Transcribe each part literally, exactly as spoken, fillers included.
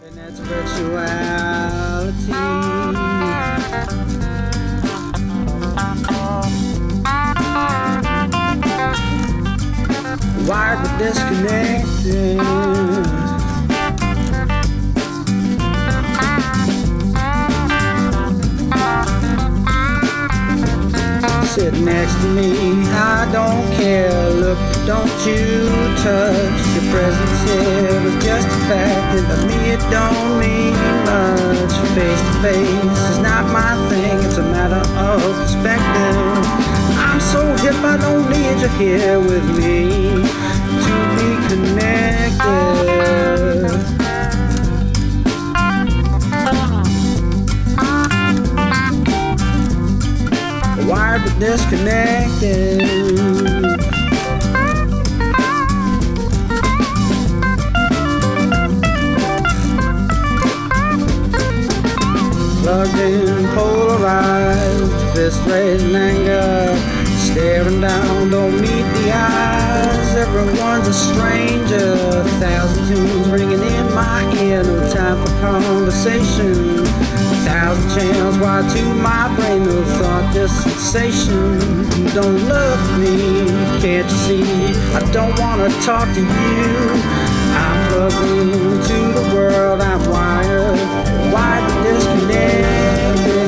Wired but disconnected. Sit next to me, I don't care. Look, don't you touch. Your presence here was just a fact, and to me it don't mean much. Face to face is not my thing, it's a matter of perspective. I'm so hip, I don't need you here with me to be connected. Wired but disconnected. Plugged in, polarized, fist raised in anger, staring down, don't meet the eyes. Everyone's a stranger, a thousand tunes ringing in my ear, no time for conversation. A thousand channels wired to my brain, no thought, just sensation. Don't look at me, can't you see? I don't wanna talk to you. I'm plugged into the world, I'm wired, wired to disconnected.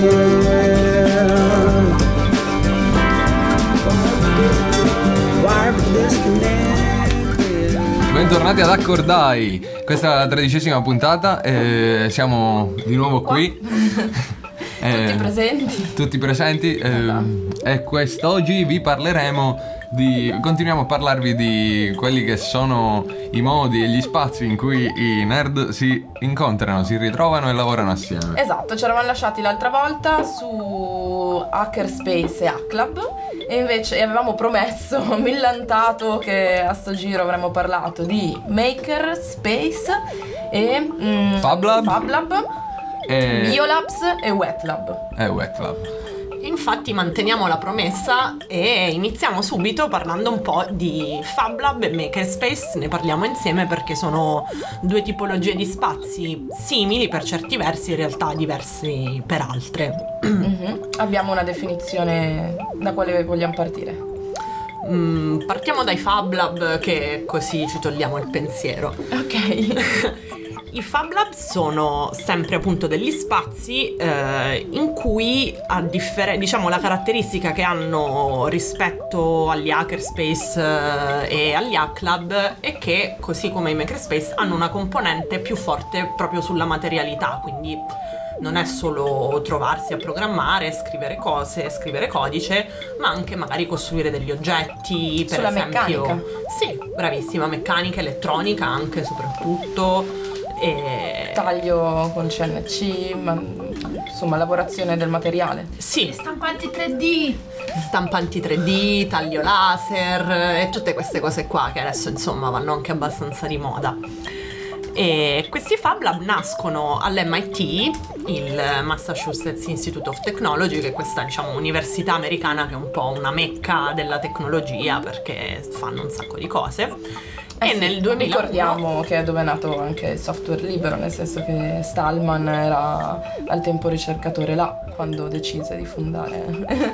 Wired to disconnected. Bentornati ad Accordai, questa è la tredicesima puntata e siamo di nuovo qui. eh, tutti presenti. Tutti presenti eh, e quest'oggi vi parleremo di, continuiamo a parlarvi di quelli che sono i modi e gli spazi in cui i nerd si incontrano, si ritrovano e lavorano assieme. Esatto, ci eravamo lasciati l'altra volta su Hackerspace e Hacklab e invece avevamo promesso, millantato, che a sto giro avremmo parlato di Makerspace e mm, FabLab, FabLab e Biolabs e Wetlab. E Wetlab. Infatti manteniamo la promessa e iniziamo subito parlando un po' di FabLab e Makerspace. Ne parliamo insieme perché sono due tipologie di spazi simili per certi versi, in realtà diversi per altre. Mm-hmm. Abbiamo una definizione, da quale vogliamo partire? Mm, partiamo dai FabLab, che così ci togliamo il pensiero. Ok. I FabLab sono sempre appunto degli spazi eh, in cui, a differ- diciamo, la caratteristica che hanno rispetto agli Hackerspace eh, e agli Hacklab è che, così come i Makerspace, hanno una componente più forte proprio sulla materialità, quindi non è solo trovarsi a programmare, scrivere cose, scrivere codice, ma anche magari costruire degli oggetti, per sulla esempio. Meccanica. Sì, bravissima, meccanica, elettronica anche soprattutto. E... taglio con C N C, ma, insomma, lavorazione del materiale. Sì, stampanti tre D, stampanti tre D, taglio laser e tutte queste cose qua che adesso insomma vanno anche abbastanza di moda. E questi FabLab nascono all'M I T, il Massachusetts Institute of Technology, che è questa, diciamo, università americana che è un po' una mecca della tecnologia perché fanno un sacco di cose. Eh e sì, nel duemilauno ricordiamo che è dove è nato anche il software libero, nel senso che Stallman era al tempo ricercatore là quando decise di fondare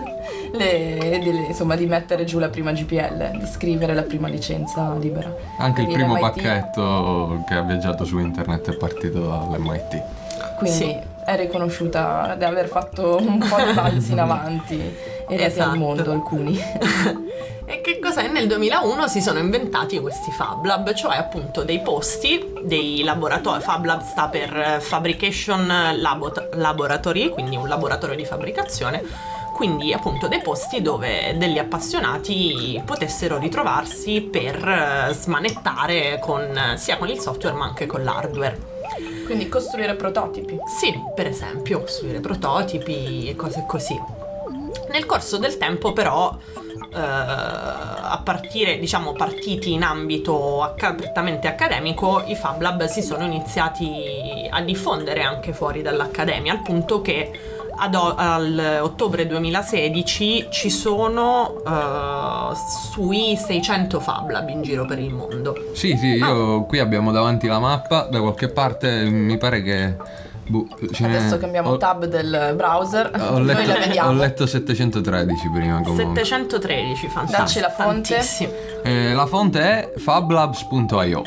le, delle, insomma, di mettere giù la prima G P L, di scrivere la prima licenza libera. Anche Quindi il primo l'M I T, pacchetto che ha viaggiato su internet è partito dall'M I T. quindi Sì. è riconosciuta di aver fatto un po' di balzi in avanti e resi Esatto. al mondo alcuni. E che cos'è? Nel duemilauno si sono inventati questi FabLab, cioè appunto dei posti, dei laboratori. FabLab sta per Fabrication Labo- Laboratory, quindi un laboratorio di fabbricazione, quindi appunto dei posti dove degli appassionati potessero ritrovarsi per smanettare con, sia con il software ma anche con l'hardware. Quindi costruire prototipi. Sì, per esempio, costruire prototipi e cose così. Nel corso del tempo però, eh, a partire, diciamo, partiti in ambito acc- prettamente accademico, i FabLab si sono iniziati a diffondere anche fuori dall'accademia, al punto che ad o- al ottobre duemilasedici ci sono uh, sui seicento Fab Lab in giro per il mondo. Sì, sì, io ah. qui abbiamo davanti la mappa, da qualche parte mi pare che... Boh, adesso cambiamo ho... tab del browser, ho letto, noi la vediamo. Ho letto settecentotredici prima comunque. settecentotredici, fantastico. Dacci la fonte. Eh, la fonte è fablabs punto io.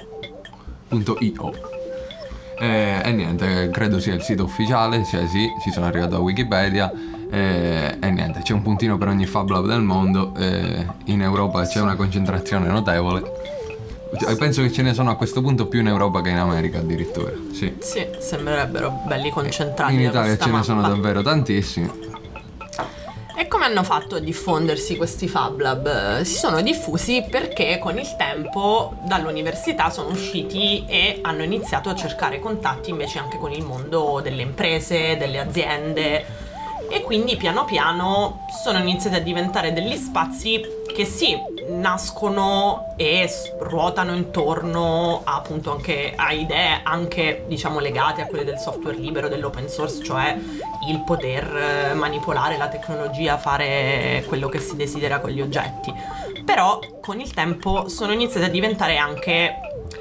E eh, niente, credo sia il sito ufficiale, cioè sì, ci sono arrivato a Wikipedia. E, e niente, c'è un puntino per ogni Fab Lab del mondo. E in Europa c'è una concentrazione notevole. Penso che ce ne sono a questo punto più in Europa che in America addirittura. Sì, sì, sembrerebbero belli concentrati. In Italia ce ne mappa. sono davvero tantissimi. E come hanno fatto a diffondersi questi Fab Lab? Si sono diffusi perché con il tempo dall'università sono usciti e hanno iniziato a cercare contatti invece anche con il mondo delle imprese, delle aziende, e quindi piano piano sono iniziati a diventare degli spazi che sì, nascono e ruotano intorno a, appunto anche a idee anche diciamo legate a quelle del software libero, dell'open source, cioè il poter manipolare la tecnologia, fare quello che si desidera con gli oggetti. Però con il tempo sono iniziati a diventare anche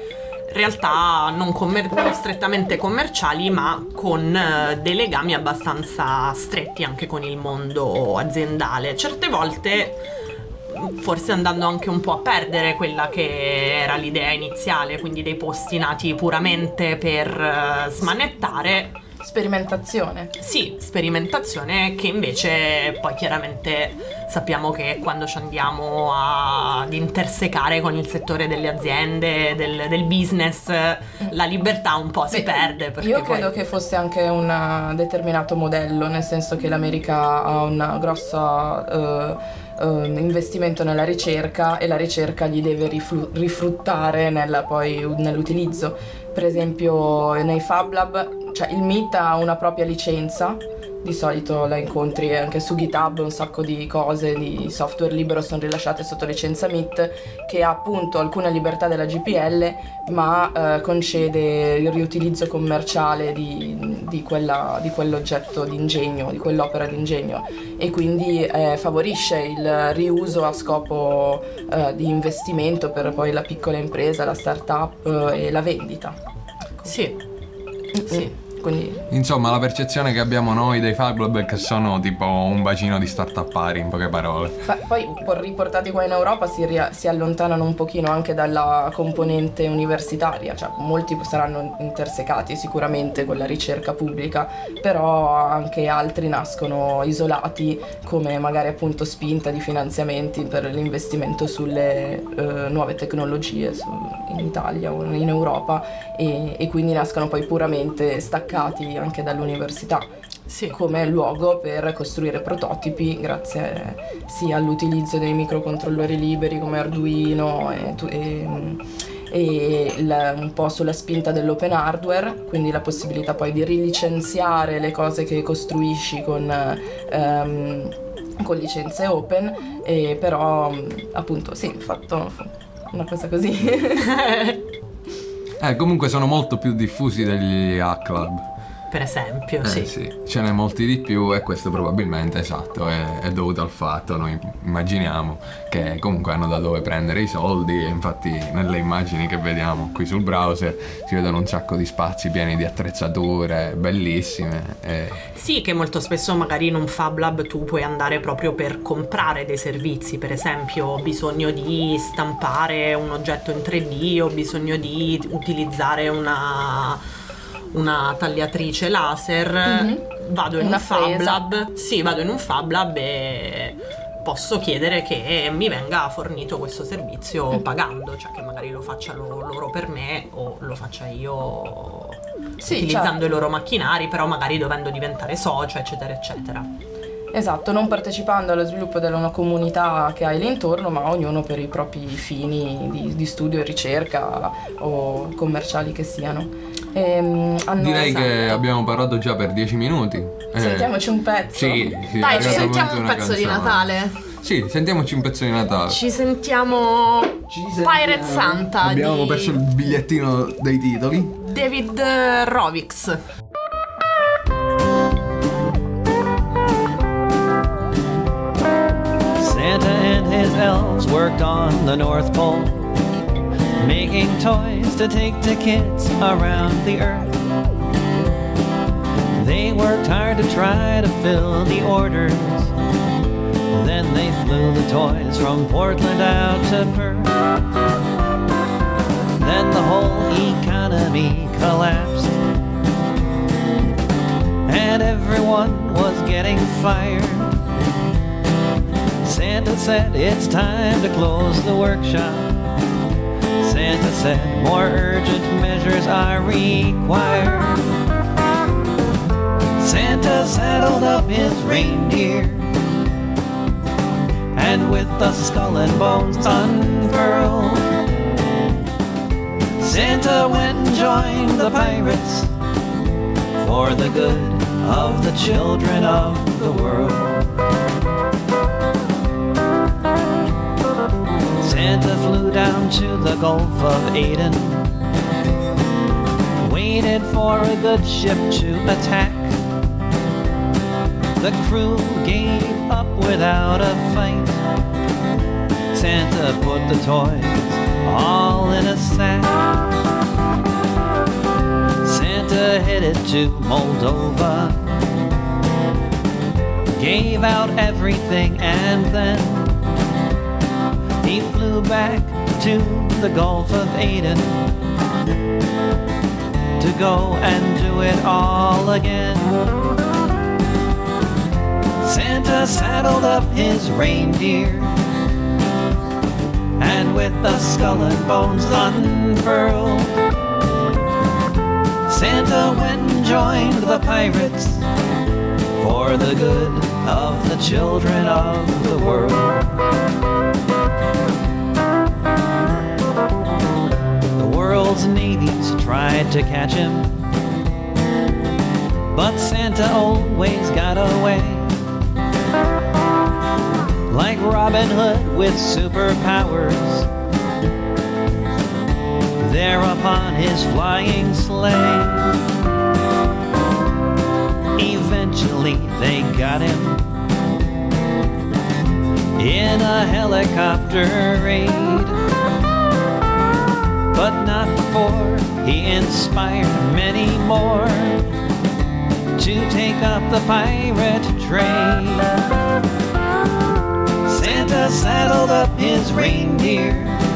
realtà non, commer- non strettamente commerciali, ma con uh, dei legami abbastanza stretti anche con il mondo aziendale. Certe volte forse andando anche un po' a perdere quella che era l'idea iniziale, quindi dei posti nati puramente per uh, smanettare. Sperimentazione. Sì, sperimentazione che invece poi chiaramente sappiamo che quando ci andiamo a- ad intersecare con il settore delle aziende, del, del business, la libertà un po' si Beh, perde. Perché io poi... credo che fosse anche un determinato modello, nel senso che l'America ha una grossa... Uh, Uh, investimento nella ricerca e la ricerca gli deve riflu- rifruttare nella, poi, nell'utilizzo. Per esempio nei Fab Lab, cioè il M I T ha una propria licenza, di solito la incontri anche su GitHub, un sacco di cose di software libero sono rilasciate sotto licenza M I T, che ha appunto alcune libertà della G P L ma eh, concede il riutilizzo commerciale di, di, quella, di quell'oggetto di ingegno, di quell'opera di ingegno, e quindi eh, favorisce il riuso a scopo eh, di investimento per poi la piccola impresa, la startup eh, e la vendita. Sì, Mm-mm. sì. Quindi... Insomma, la percezione che abbiamo noi dei Fab Lab è che sono tipo un bacino di startupari, in poche parole. Beh, poi riportati qua in Europa si, ria- si allontanano un pochino anche dalla componente universitaria, cioè molti saranno intersecati sicuramente con la ricerca pubblica, però anche altri nascono isolati come magari appunto spinta di finanziamenti per l'investimento sulle eh, nuove tecnologie su, in Italia o in Europa, e, e quindi nascono poi puramente staccati anche dall'università, Sì. come luogo per costruire prototipi grazie sia all'utilizzo dei microcontrollori liberi come Arduino e, e, e il, un po' sulla spinta dell'open hardware, quindi la possibilità poi di rilicenziare le cose che costruisci con, um, con licenze open, e però appunto sì, fatto una cosa così. Eh, comunque sono molto più diffusi degli Hack Lab. Per esempio, Eh, sì. sì, ce n'è molti di più, e questo probabilmente, esatto, è, è dovuto al fatto, noi immaginiamo, che comunque hanno da dove prendere i soldi, e infatti nelle immagini che vediamo qui sul browser si vedono un sacco di spazi pieni di attrezzature bellissime. E... Sì, che molto spesso magari in un Fab Lab tu puoi andare proprio per comprare dei servizi, per esempio ho bisogno di stampare un oggetto in tre D, ho bisogno di utilizzare una... una tagliatrice laser, mm-hmm. vado in una un Fab fresa. Lab, sì, vado in un Fab Lab e posso chiedere che mi venga fornito questo servizio pagando, cioè che magari lo facciano loro per me o lo faccia io Sì, utilizzando certo. i loro macchinari, però magari dovendo diventare socio, eccetera, eccetera. Esatto, non partecipando allo sviluppo della una comunità che hai lì intorno, ma ognuno per i propri fini di, di studio e ricerca o commerciali che siano. Ehm, hanno- Direi esatto. che abbiamo parlato già per dieci minuti. Eh, Sentiamoci un pezzo. Sì, sì, Dai, è ci arrivato il sentiamo momento un una pezzo di canzone. Natale. Sì, sentiamoci un pezzo di Natale. Ci sentiamo Pirate Santa Abbiamo di perso il bigliettino dei titoli. David Rovix. elves worked on the North Pole, making toys to take to kids around the earth. They worked hard to try to fill the orders. Then they flew the toys from Portland out to Perth. Then the whole economy collapsed, and everyone was getting fired. Santa said it's time to close the workshop. Santa said more urgent measures are required. Santa saddled up his reindeer, and with the skull and bones unfurled, Santa went and joined the pirates for the good of the children of the world. Santa flew down to the Gulf of Aden, waited for a good ship to attack. The crew gave up without a fight. Santa put the toys all in a sack. Santa headed to Moldova, gave out everything, and then he flew back to the Gulf of Aden to go and do it all again. Santa saddled up his reindeer, and with the skull and bones unfurled, Santa went and joined the pirates for the good of the children of the world. The world's navies tried to catch him, but Santa always got away. Like Robin Hood with superpowers, there upon his flying sleigh. Eventually they got him in a helicopter raid, but not before he inspired many more to take up the pirate trade. Santa saddled up his reindeer,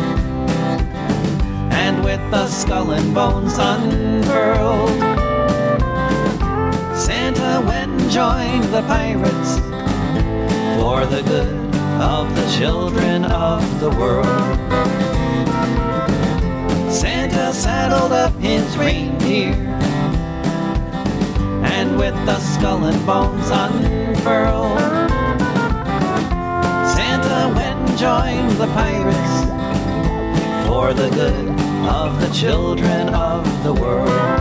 and with the skull and bones unfurled, Santa went and joined the pirates for the good of the children of the world. Santa saddled up his reindeer, and with the skull and bones unfurled, Santa went and joined the pirates for the good of the children of the world.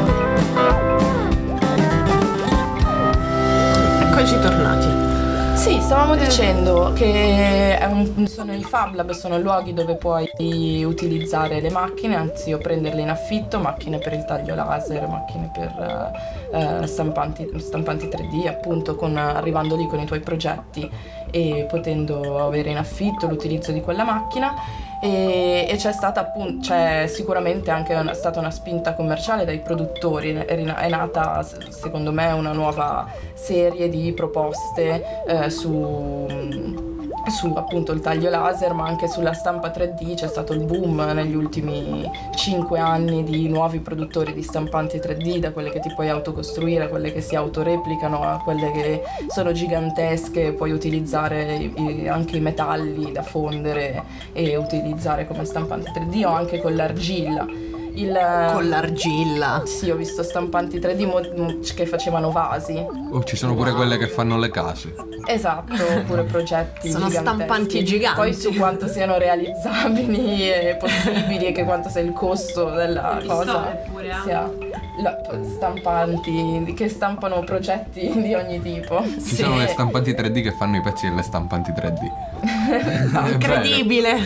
Eccoci tornati. Sì, stavamo dicendo che è un- sono i Fab Lab, sono luoghi dove puoi utilizzare le macchine, anzi o prenderle in affitto, macchine per il taglio laser, macchine per eh, eh, stampanti, stampanti tre D, appunto, con, arrivando lì con i tuoi progetti e potendo avere in affitto l'utilizzo di quella macchina. E, e c'è stata appunto, c'è sicuramente anche una, stata una spinta commerciale dai produttori, è, rina- è nata secondo me una nuova serie di proposte eh, su, su appunto il taglio laser, ma anche sulla stampa tre D. C'è stato il boom negli ultimi cinque anni di nuovi produttori di stampanti tre D, da quelle che ti puoi autocostruire a quelle che si autoreplicano a quelle che sono gigantesche, puoi utilizzare i- i- anche i metalli da fondere e utilizzare come stampanti tre D, o anche con l'argilla. Il, Con l'argilla. Sì, ho visto stampanti tre D mo- mo- che facevano vasi. Oh, ci sono pure quelle che fanno le case. Esatto, oppure progetti Sono giganteschi. stampanti giganti. Poi su quanto siano realizzabili e possibili, e che quanto sia il costo della cosa pure, eh. sia la- stampanti che stampano progetti di ogni tipo. Ci Sì. sono le stampanti tre D che fanno i pezzi delle stampanti tre D. Incredibile.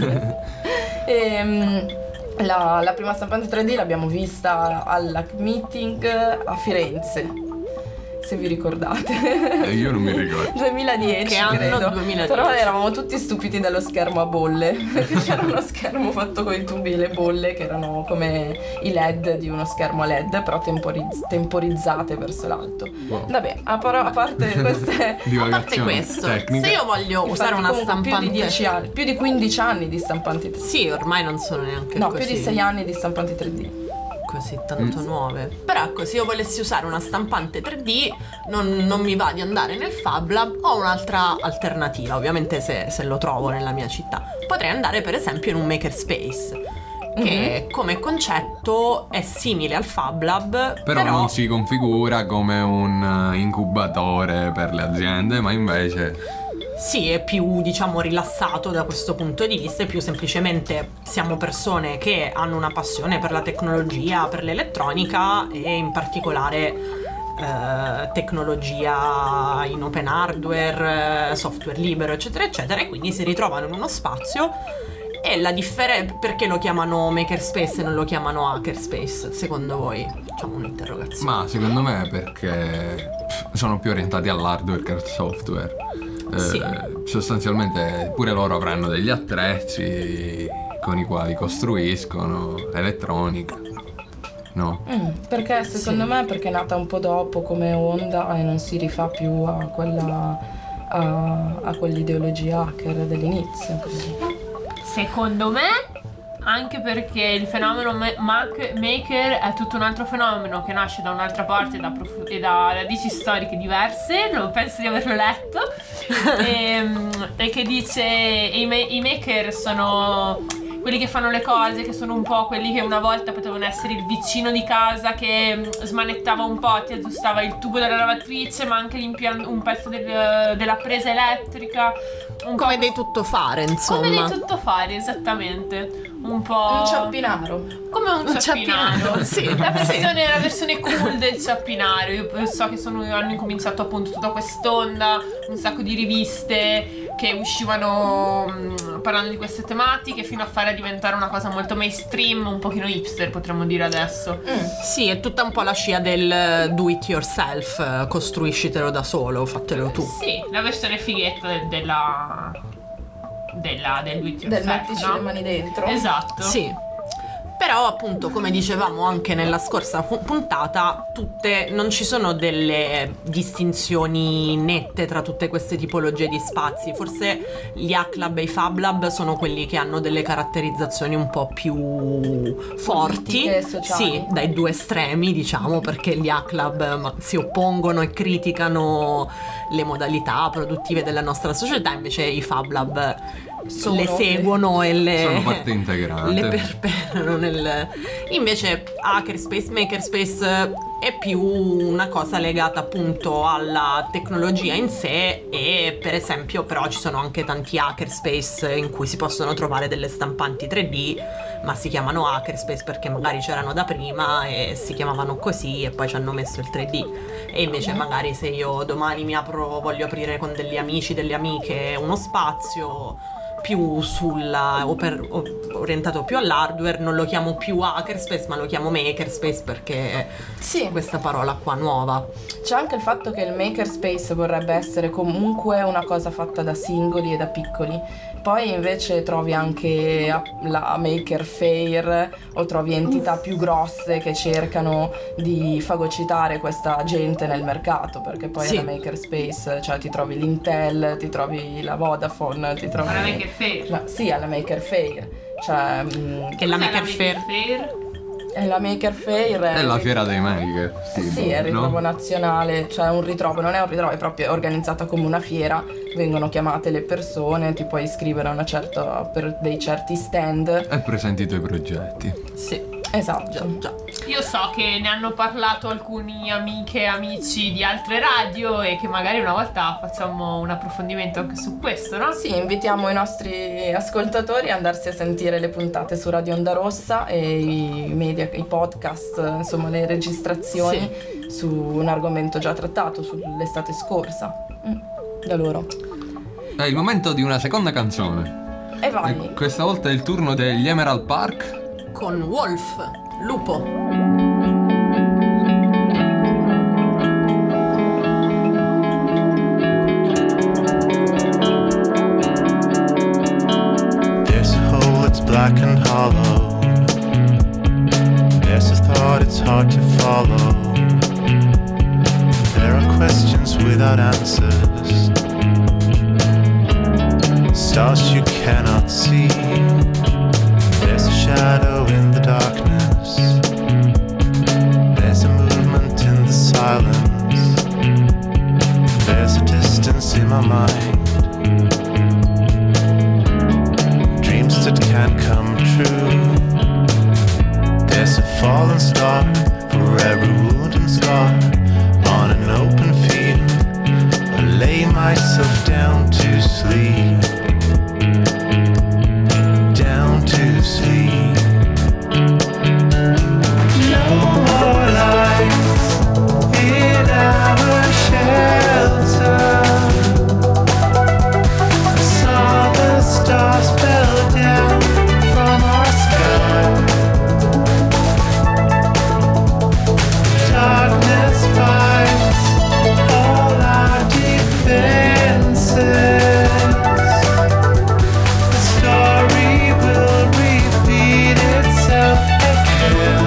Ehm, la, la prima stampante tre D l'abbiamo vista alla Meeting a Firenze. se vi ricordate. Eh, io non mi ricordo. duemiladieci, Che anno? credo. duemiladieci. Però eravamo tutti stupiti dallo schermo a bolle, perché c'era uno schermo fatto con i tubi e le bolle che erano come i led di uno schermo a led, però temporiz- temporizzate verso l'alto. Wow. Vabbè, a, par- a parte queste... A parte Divagazioni questo, tecniche. se io voglio Infatti, usare una comunque, più stampante di dieci anni, più di quindici anni di stampanti tre D. Sì, ormai non sono neanche No, così più di sei anni di stampanti tre D. così tanto Mm. nuove. Però ecco, se io volessi usare una stampante tre D non, non mi va di andare nel Fab Lab, ho un'altra alternativa, ovviamente se, se lo trovo nella mia città. Potrei andare per esempio in un makerspace, che come concetto è simile al Fab Lab, Però, non si configura come un eh, incubatore per le aziende, ma invece sì, è più, diciamo, rilassato da questo punto di vista, è più semplicemente siamo persone che hanno una passione per la tecnologia, per l'elettronica e in particolare eh, tecnologia in open hardware, eh, software libero, eccetera, eccetera, e quindi si ritrovano in uno spazio. E la differenza, perché lo chiamano makerspace e non lo chiamano hackerspace, secondo voi? Facciamo un'interrogazione. Ma secondo me perché pff, sono più orientati all'hardware che al software. Eh, Sì. Sostanzialmente pure loro avranno degli attrezzi con i quali costruiscono elettronica. No? Mm, perché secondo me perché è nata un po' dopo come onda e non si rifà più a quella a, a quell'ideologia hacker dell'inizio. quindi. Secondo me, anche perché il fenomeno ma- mac- maker è tutto un altro fenomeno che nasce da un'altra parte da prof- e da radici storiche diverse, non penso di averlo letto, e, e che dice i, ma- i maker sono quelli che fanno le cose, che sono un po' quelli che una volta potevano essere il vicino di casa che mm, smanettava un po', ti aggiustava il tubo della lavatrice, ma anche l'impian- un pezzo del- della presa elettrica, un Come po' dei tuttofare, insomma. come dei tuttofare, esattamente. Un po' Un ciappinaro. come un, Un ciappinaro. ciappinaro, sì, La sì. versione, la versione cool del ciappinaro. Io so che sono, hanno incominciato appunto tutta quest'onda, un sacco di riviste che uscivano mh, parlando di queste tematiche, fino a fare diventare una cosa molto mainstream, un pochino hipster, potremmo dire adesso. Sì, è tutta un po' la scia del do it yourself, eh, costruiscitelo da solo, fatelo tu. Sì, la versione fighetta del- della della del do it Del yourself, mettici no? le mani dentro. Esatto. Sì. Però appunto, come dicevamo anche nella scorsa fu- puntata, tutte non ci sono delle distinzioni nette tra tutte queste tipologie di spazi. Forse gli Hack Lab e i Fab Lab sono quelli che hanno delle caratterizzazioni un po' più forti. Politiche e sociali. Sì, dai due estremi, diciamo, perché gli Hack Lab ma, si oppongono e criticano le modalità produttive della nostra società, invece i Fab Lab Sono- le seguono e le Sono parte integrante. le perpetrano nel... Invece hackerspace, makerspace è più una cosa legata appunto alla tecnologia in sé, e per esempio però ci sono anche tanti hackerspace in cui si possono trovare delle stampanti tre D, ma si chiamano hackerspace perché magari c'erano da prima e si chiamavano così e poi ci hanno messo il tre D. E invece magari se io domani mi apro, voglio aprire con degli amici, delle amiche uno spazio più sulla o per- o- orientato più all'hardware, non lo chiamo più hackerspace ma lo chiamo makerspace perché Sì. questa parola qua nuova. C'è anche il fatto che il makerspace vorrebbe essere comunque una cosa fatta da singoli e da piccoli. Poi invece trovi anche a- la Maker Faire o trovi entità più grosse che cercano di fagocitare questa gente nel mercato, perché poi Sì. alla Makerspace, cioè ti trovi l'Intel, ti trovi la Vodafone, ti trovi... Alla Maker Faire. La- sì, alla Maker Faire. Cioè, mm, Che la Cos'è Maker Faire Faire? e la Maker Faire È la fiera dei maker. tipo, sì, è il ritrovo no? nazionale, cioè un ritrovo, non è un ritrovo, è proprio organizzata come una fiera, vengono chiamate le persone, ti puoi iscrivere a una certa, per dei certi stand. E presenti i tuoi progetti. sì, Esatto. già, già. Io so che ne hanno parlato alcuni amiche e amici di altre radio e che magari una volta facciamo un approfondimento anche su questo, no? Sì, invitiamo i nostri ascoltatori ad andarsi a sentire le puntate su Radio Onda Rossa e i media, i podcast, insomma le registrazioni su un argomento già trattato sull'estate scorsa. Mm, da loro. È il momento di una seconda canzone. E vai. E questa volta è il turno degli Emerald Park. Con Wolf, lupo. There are questions without answers, stars you cannot see. There's a shadow in the darkness, there's a movement in the silence, there's a distance in my mind, dreams that can't come true. There's a fallen star for every wound and scar. On an open field I lay myself down to sleep, down to sleep. No more lights in our shelter. I saw the stars fell down from our sky. Darkness finds all our defenses. The story will repeat itself again.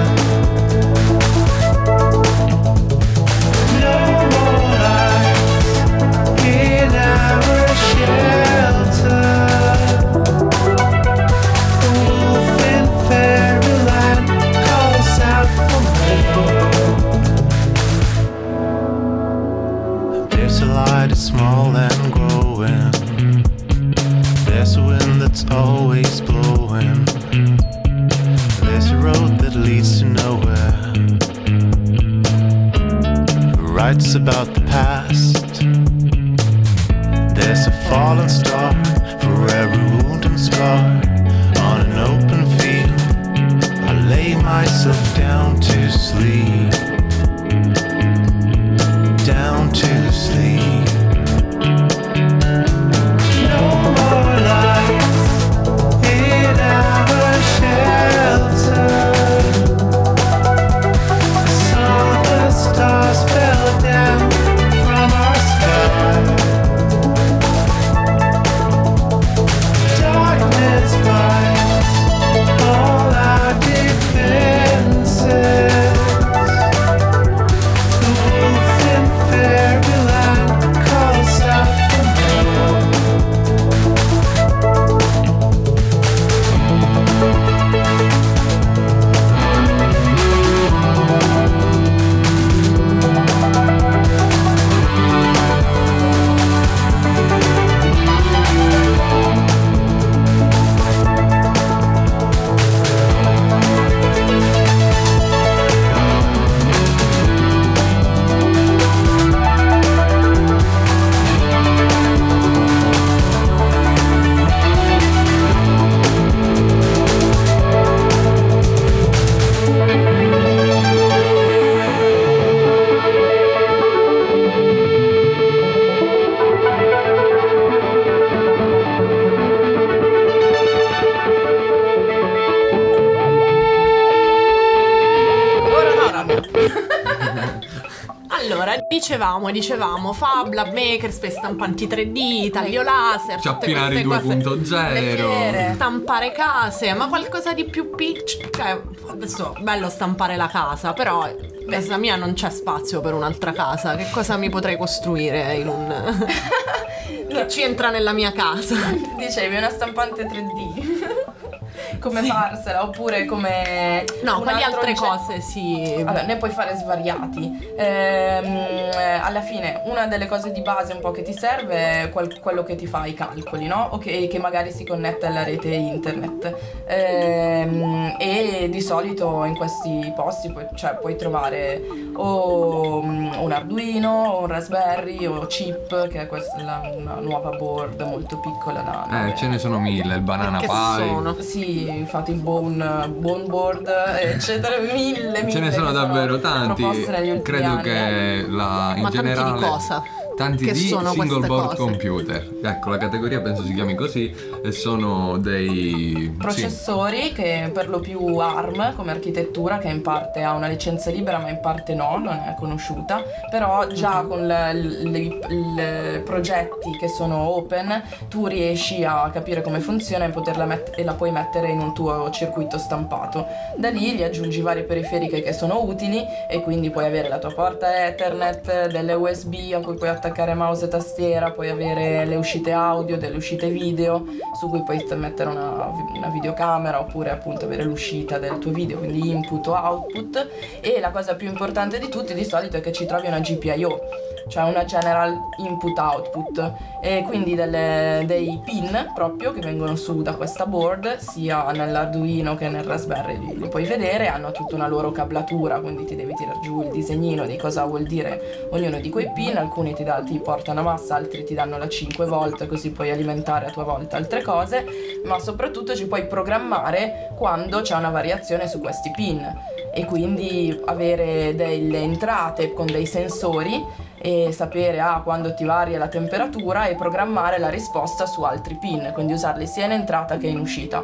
No more lights in our shelter. The wolf in fairyland calls out for more. There's a light, it's small and growing. There's a wind that's always blowing. There's a road that leads to nowhere. Writes about the past. There's a fallen star for every wound and scar. On an open field I lay myself down to sleep, down to sleep. No more lights in our shelter. I saw the stars fell down from our sky. Darkness finds all our defenses. The wolf in fairyland calls out for more. Allora, dicevamo, dicevamo Fab, Lab Makerspace, stampanti tre D, taglio laser, tutte Ciappinari queste due cose. punto zero. fiere. Stampare case, ma qualcosa di più piccolo. Cioè, adesso bello stampare la casa, però a casa mia non c'è spazio per un'altra casa. Che cosa mi potrei costruire in un che ci entra nella mia casa? Dicevi una stampante tre D. Come farsela, oppure come No, un quali altro altre oggetto- cose sì. Allora, ne puoi fare svariati. Ehm, alla fine, una delle cose di base un po' che ti serve è quel- quello che ti fa i calcoli, no? O che, che magari si connette alla rete internet. Ehm, e di solito in questi posti puoi, cioè, puoi trovare o mm, un Arduino, o un Raspberry, o Chip, che è questa la, una nuova board molto piccola da. Eh, ce ne sono mille, il banana Che pie. sono? Sì, infatti il bone, bone board, eccetera, mille, mille. Ce ne sono che davvero tanti. proposte negli ultimi Credo anni. che la, in Ma tanti generale di cosa? tanti Che di sono single queste board cose? computer. Ecco, la categoria penso si chiami così, e sono dei Processori che per lo più ARM come architettura, che in parte ha una licenza libera ma in parte no, non è conosciuta, però già Mhm. con i progetti che sono open tu riesci a capire come funziona e, poterla met- e la puoi mettere in un tuo circuito stampato. Da lì gli aggiungi varie periferiche che sono utili e quindi puoi avere la tua porta Ethernet, delle U S B a cui puoi attaccare mouse e tastiera, puoi avere le uscite audio, delle uscite video su cui puoi mettere una, una videocamera oppure appunto avere l'uscita del tuo video, quindi input o output. E la cosa più importante di tutti di solito è che ci trovi una G P I O, cioè una General Input Output, e quindi delle, dei pin proprio che vengono su da questa board, sia nell'Arduino che nel Raspberry li, li puoi vedere, hanno tutta una loro cablatura, quindi ti devi tirare giù il disegnino di cosa vuol dire ognuno di quei pin. Alcuni ti, da, ti portano a massa, altri ti danno la cinque volt, così puoi alimentare a tua volta altre cose, ma soprattutto ci puoi programmare quando c'è una variazione su questi pin e quindi avere delle entrate con dei sensori e sapere ah, quando ti varia la temperatura e programmare la risposta su altri pin, quindi usarli sia in entrata che in uscita.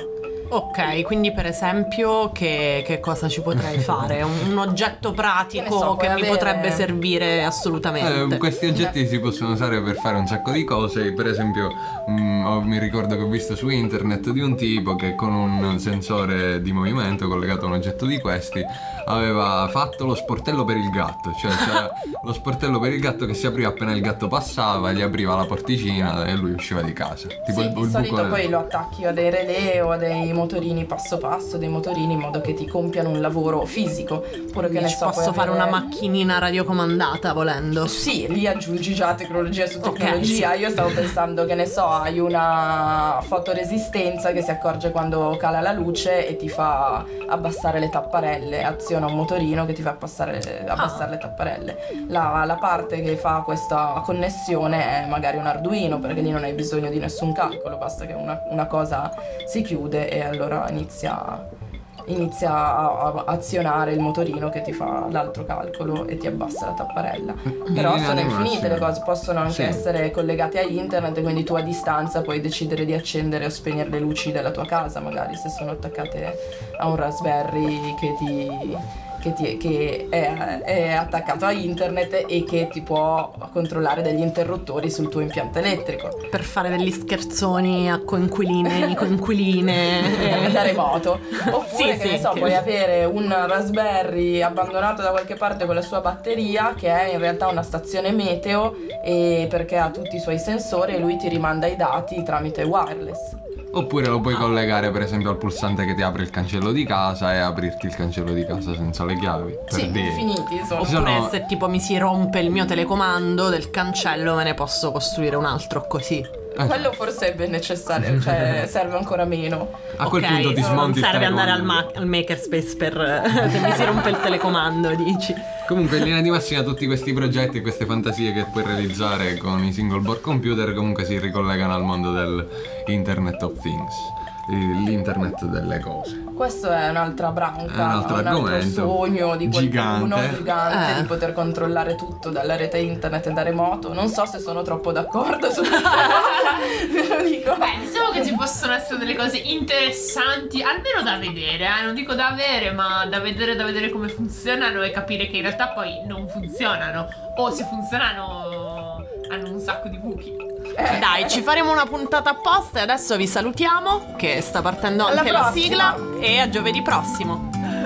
Ok, quindi per esempio che, che cosa ci potrei fare? Un, un oggetto pratico Che ne so, che puoi mi avere- potrebbe servire assolutamente. Eh, questi oggetti si possono usare per fare un sacco di cose. Per esempio, mh, ho- mi ricordo che ho visto su internet di un tipo che con un sensore di movimento collegato a un oggetto di questi aveva fatto lo sportello per il gatto. Cioè c'era lo sportello per il gatto che si apriva appena il gatto passava, gli apriva la porticina e lui usciva di casa. Tipo Sì, il, di il solito buco- poi lo attacchi a dei relè o a dei motorini passo passo, dei motorini in modo che ti compiano un lavoro fisico. Oppure che ne Ci so, posso puoi fare avere- una macchinina radiocomandata volendo. Sì, lì aggiungi già tecnologia su Ok, tecnologia. Io stavo pensando che ne so, hai una fotoresistenza che si accorge quando cala la luce e ti fa abbassare le tapparelle, aziona un motorino che ti fa abbassare, abbassare le tapparelle. La, la parte che fa questa connessione è magari un Arduino, perché lì non hai bisogno di nessun calcolo, basta che una, una cosa si chiude e allora inizia, inizia a, a azionare il motorino che ti fa l'altro calcolo e ti abbassa la tapparella. Però linea sono di infinite massima. le cose, possono anche Sì. essere collegate a internet, quindi tu a distanza puoi decidere di accendere o spegnere le luci della tua casa, magari se sono attaccate a un Raspberry che ti... Che, ti- che è, è attaccato a internet e che ti può controllare degli interruttori sul tuo impianto elettrico. Per fare degli scherzoni a coinquiline, coinquiline. Da remoto. Oppure Sì, che sì, ne so, che- puoi avere un Raspberry abbandonato da qualche parte con la sua batteria, che è in realtà una stazione meteo, e perché ha tutti i suoi sensori e lui ti rimanda i dati tramite wireless. Oppure lo puoi collegare per esempio al pulsante che ti apre il cancello di casa e aprirti il cancello di casa senza le chiavi. Per Sì, dire. infiniti insomma. Ci Oppure sono- se tipo mi si rompe il mio telecomando del cancello, me ne posso costruire un altro così. Eh, Quello forse è ben necessario, cioè serve ancora meno. a quel Ok, punto ti non smonti il serve andare al, telecomando. ma- al makerspace per se mi si rompe il telecomando, dici. Comunque in linea di massima tutti questi progetti e queste fantasie che puoi realizzare con i single board computer comunque si ricollegano al mondo del Internet of Things, l'internet delle cose. Questo è un'altra branca, È un altro argomento sogno di qualcuno gigante. gigante Eh. di poter controllare tutto dalla rete internet e da remoto. Non so se sono troppo d'accordo su questa cosa, ve lo dico. Beh, diciamo che ci possono essere delle cose interessanti, almeno da vedere, eh? Non dico da avere, ma da vedere, da vedere come funzionano e capire che in realtà poi non funzionano. O se funzionano hanno un sacco di buchi. Dai, ci faremo una puntata apposta e adesso vi salutiamo, che sta partendo Alla anche la prossima. sigla, e a giovedì prossimo.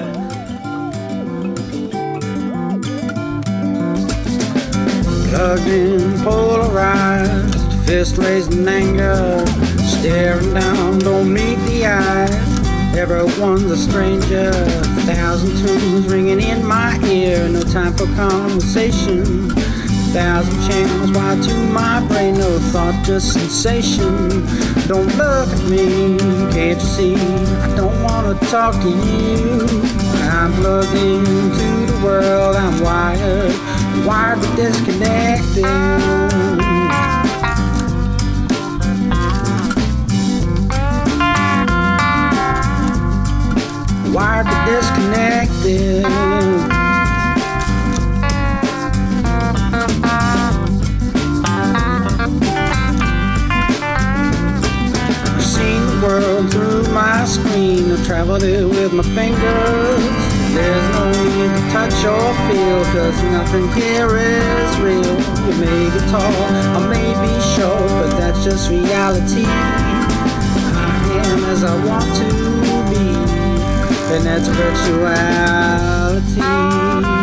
Plugged in, polarized, fist raised in anger, staring down, don't meet the eyes. Everyone's a stranger, thousand tunes ringing in my ear, no time for conversation. Thousand channels wired to my brain, no thought, just sensation. Don't look at me, can't you see? I don't wanna talk to you. I'm plugged into the world, I'm wired, wired but disconnected. Wired but disconnected. my fingers. There's no need to touch or feel, cause nothing here is real. You may be tall, I may be short, but that's just reality. I am as I want to be, and that's virtuality.